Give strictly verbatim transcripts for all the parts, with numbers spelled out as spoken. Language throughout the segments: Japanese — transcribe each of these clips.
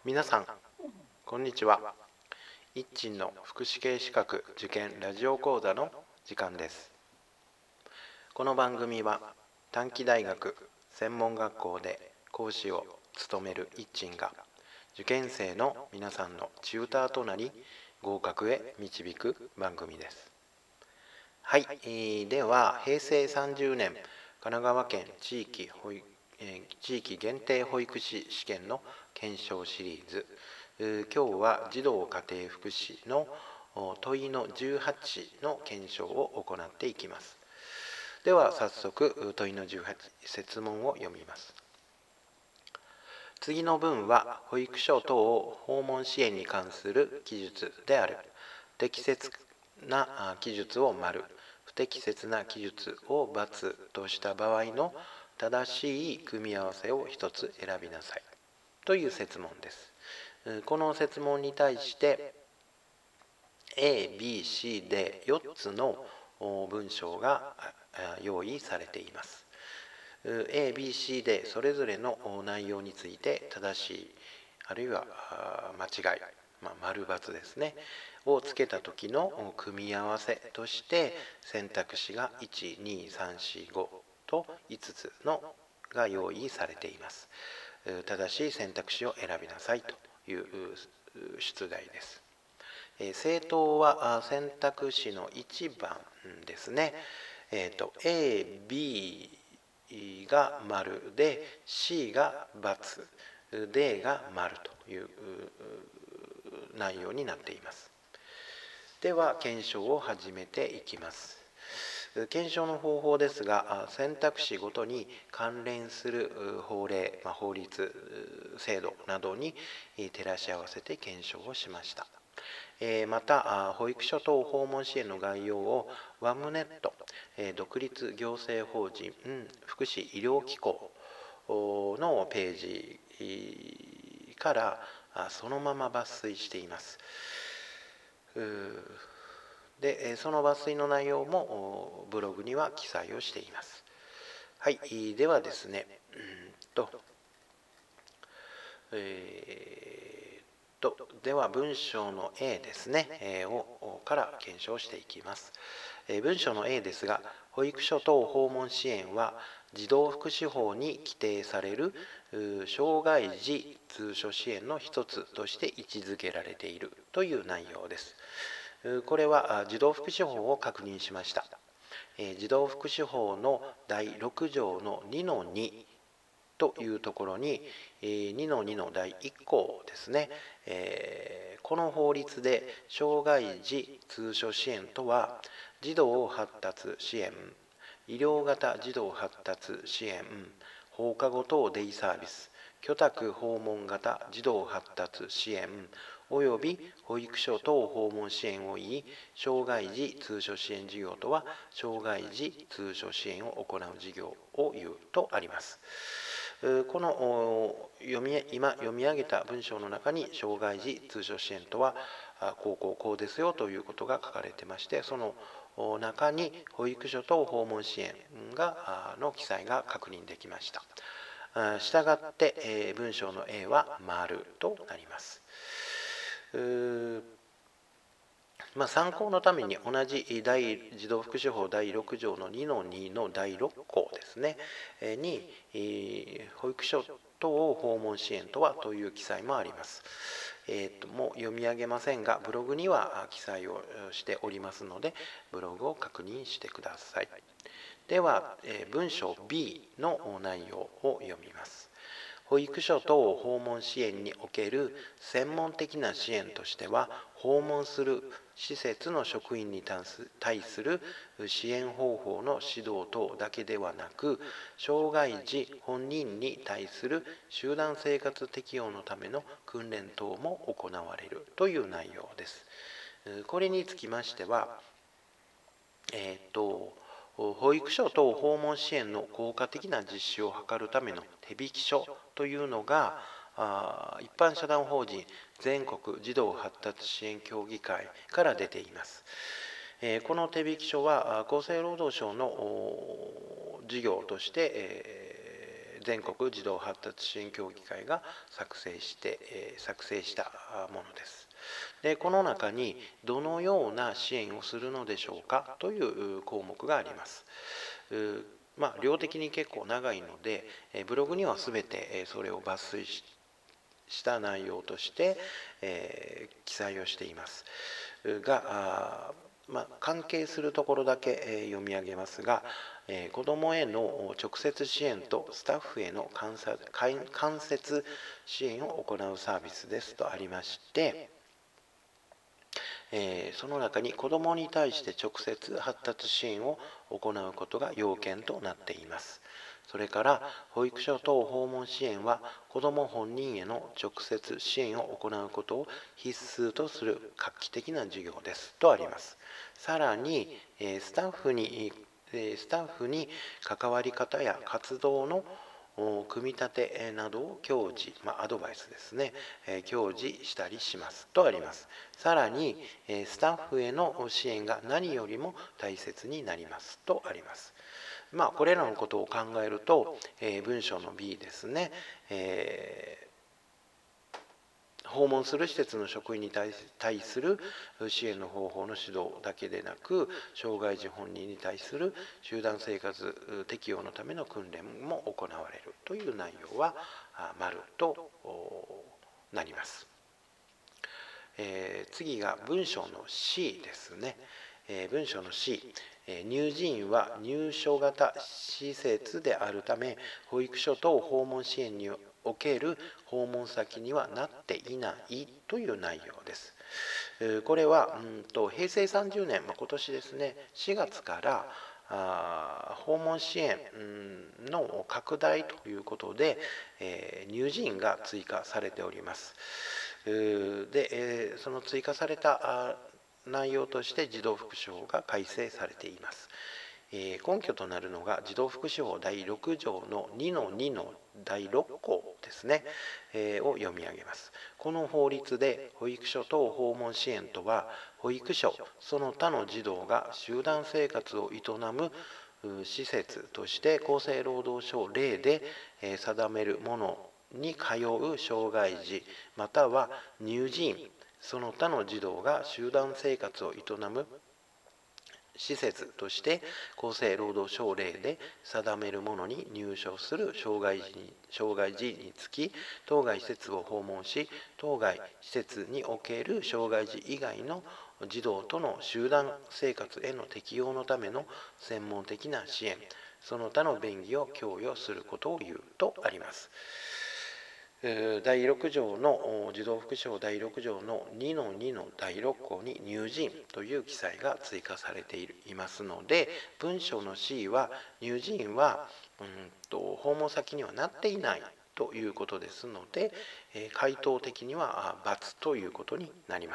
皆さん、こんにちは。一鎮の福祉系資格受験ラジオ講座の時間です。この番組は短期大学専門学校で講師を務める一鎮が受験生の皆さんのチューターとなり合格へ導く番組です。はい、えー、では平成さんじゅうねん神奈川県地域保育えー、地域限定保育士試験の検証シリーズ、今日は児童家庭福祉の問いのじゅうはちの検証を行っていきます。では早速問いのじゅうはち設問を読みます。次の文は保育所等訪問支援に関する記述である。適切な記述を丸、不適切な記述を×とした場合の正しい組み合わせを一つ選びなさいという設問です。この設問に対して A、B、C でよっつの文章が用意されています。A、B、C でそれぞれの内容について正しいあるいは間違い、まあ、丸×ですねをつけた時の組み合わせとして選択肢がいち、に、さん、よん、ごといつつのが用意されています。正しい選択肢を選びなさいという出題です。正答は選択肢のいちばんですね。えーと、A、B が丸で C が×、D が丸という内容になっています。では検証を始めていきます。検証の方法ですが、選択肢ごとに関連する法令、まあ、法律、制度などに照らし合わせて検証をしました。また、保育所等訪問支援の概要をワムネット、独立行政法人福祉医療機構のページからそのまま抜粋しています。で、その抜粋の内容もブログには記載をしています。はい、ではですね、うんと、えー、とでは文章の A ですね、えー、をから検証していきます。えー、文章の A ですが、保育所等訪問支援は児童福祉法に規定される障害児通所支援の一つとして位置づけられているという内容です。これは児童福祉法を確認しました。児童福祉法のだいろく条のにのにというところににのにのだいいっ項ですね、この法律で障害児通所支援とは児童発達支援、医療型児童発達支援、放課後等デイサービス、居宅訪問型児童発達支援および保育所等訪問支援を言い、障害児通所支援事業とは障害児通所支援を行う事業を言うとあります。この読み今読み上げた文章の中に障害児通所支援とはこうこうこうですよということが書かれてまして、その中に保育所等訪問支援がの記載が確認できました。したがって、えー、文章の A は丸となります。まあ、参考のために同じ大児童福祉法だいろく条のにのにのだいろっ項ですねに、保育所等訪問支援とはという記載もあります。えー、ともう読み上げませんがブログには記載をしておりますのでブログを確認してください。では、えー、文章 B の内容を読みます。保育所等訪問支援における専門的な支援としては、訪問する施設の職員に対する支援方法の指導等だけではなく、障害児本人に対する集団生活適応のための訓練等も行われるという内容です。これにつきましては、えっと保育所等訪問支援の効果的な実施を図るための手引書というのが一般社団法人全国児童発達支援協議会から出ています。この手引書は厚生労働省の事業として全国児童発達支援協議会が作成して、えー、作成したものです。で、この中にどのような支援をするのでしょうかという項目があります。まあ、量的に結構長いので、ブログには全てそれを抜粋した内容として、えー、記載をしていますが、まあ、関係するところだけ、えー、読み上げますが、えー、子どもへの直接支援とスタッフへの間接支援を行うサービスですとありまして、えー、その中に子どもに対して直接発達支援を行うことが要件となっています。それから保育所等訪問支援は子ども本人への直接支援を行うことを必須とする画期的な事業ですとあります。さらに、えー、スタッフに、えー、スタッフに関わり方や活動の組み立てなどを教示、まあ、アドバイスですね、えー、教示したりしますとあります。さらに、えー、スタッフへの支援が何よりも大切になりますとあります。まあ、これらのことを考えると、えー、文章の ビー ですね、えー訪問する施設の職員に対する支援の方法の指導だけでなく、障害児本人に対する集団生活適応のための訓練も行われるという内容は丸となります。えー、次が文章の シー ですね。えー、文章の シー、えー、乳児院は入所型施設であるため、保育所等訪問支援における訪問先にはなっていないという内容です。これはうんと平成さんじゅうねん、まあ、今年ですね、しがつからあ訪問支援の拡大ということで、えー、乳児院が追加されております。で、えー、その追加された内容として児童福祉法が改正されています。えー、根拠となるのが児童福祉法だいろく条のにのにのだいろっ項ですね、えー、を読み上げます。この法律で保育所等訪問支援とは、保育所その他の児童が集団生活を営む施設として厚生労働省令で定めるものに通う障害児または乳児院その他の児童が集団生活を営む施設として厚生労働省令で定めるものに入所する障害児に障害児につき、当該施設を訪問し、当該施設における障害児以外の児童との集団生活への適用のための専門的な支援、その他の便宜を供与することを言うとあります。だいろく条の児童福祉法だいろく条のにのにのだいろっ項に乳児院という記載が追加されていますので、文章の シー は乳児院はうんと訪問先にはなっていないということですので、回答的には×ということになります。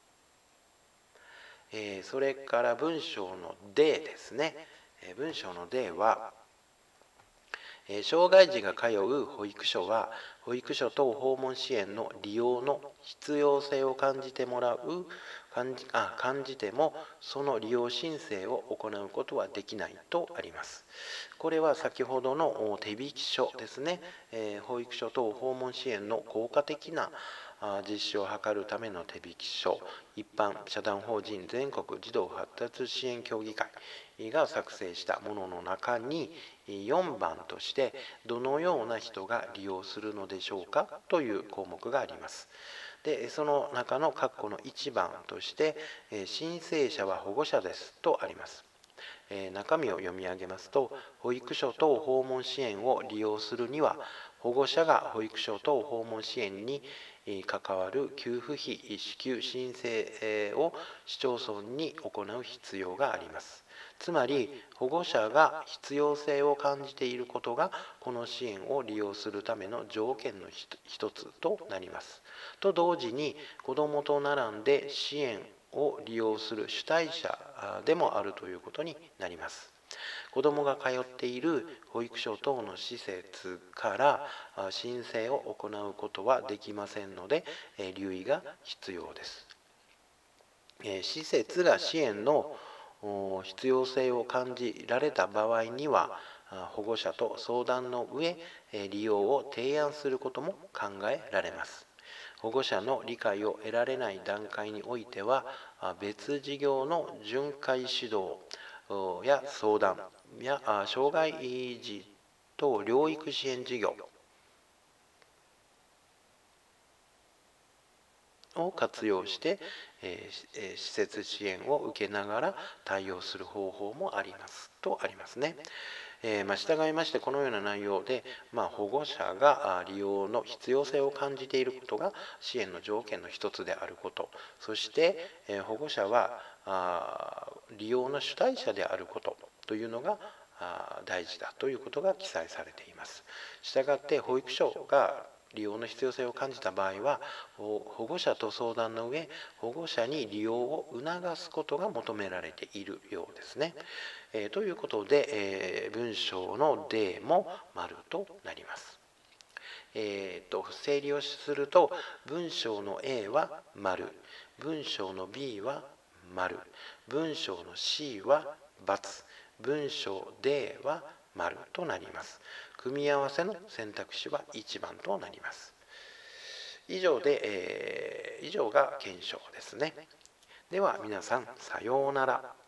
それから文章の デー ですね。文章の デー は障害児が通う保育所は保育所等訪問支援の利用の必要性を感じてもらう感じあ感じてもその利用申請を行うことはできないとあります。これは先ほどの手引書ですね、えー、保育所等訪問支援の効果的な実施を図るための手引書、一般社団法人全国児童発達支援協議会が作成したものの中によんばんとしてどのような人が利用するのでしょうかという項目があります。でその中の括弧のいちばんとして申請者は保護者ですとあります。中身を読み上げますと、保育所等訪問支援を利用するには保護者が保育所等訪問支援に関わる給付費支給申請を市町村に行う必要があります。つまり保護者が必要性を感じていることがこの支援を利用するための条件の一つとなります。と同時に子どもと並んで支援を利用する主体者でもあるということになります。子どもが通っている保育所等の施設から申請を行うことはできませんので、留意が必要です。施設が支援の必要性を感じられた場合には、 保護者と相談の上、利用を提案することも考えられます。保護者の理解を得られない段階においては、別事業の巡回指導や相談や障害児等療育支援事業を活用して、えー、施設支援を受けながら対応する方法もありますとありますね。えーまあ、従いましてこのような内容で、まあ、保護者が利用の必要性を感じていることが支援の条件の一つであること、そして、えー、保護者はあ利用の主体者であることというのが大事だということが記載されています。したがって保育所が利用の必要性を感じた場合は、保護者と相談の上、保護者に利用を促すことが求められているようですね。えー、ということで、えー、文章の D も丸となります。えー、と整理をすると、文章の A は丸、文章の B は丸、文章の C は×、文章 D は丸となります。組み合わせの選択肢はいちばんとなります。以上で、えー、以上が検証ですね。では皆さん、さようなら。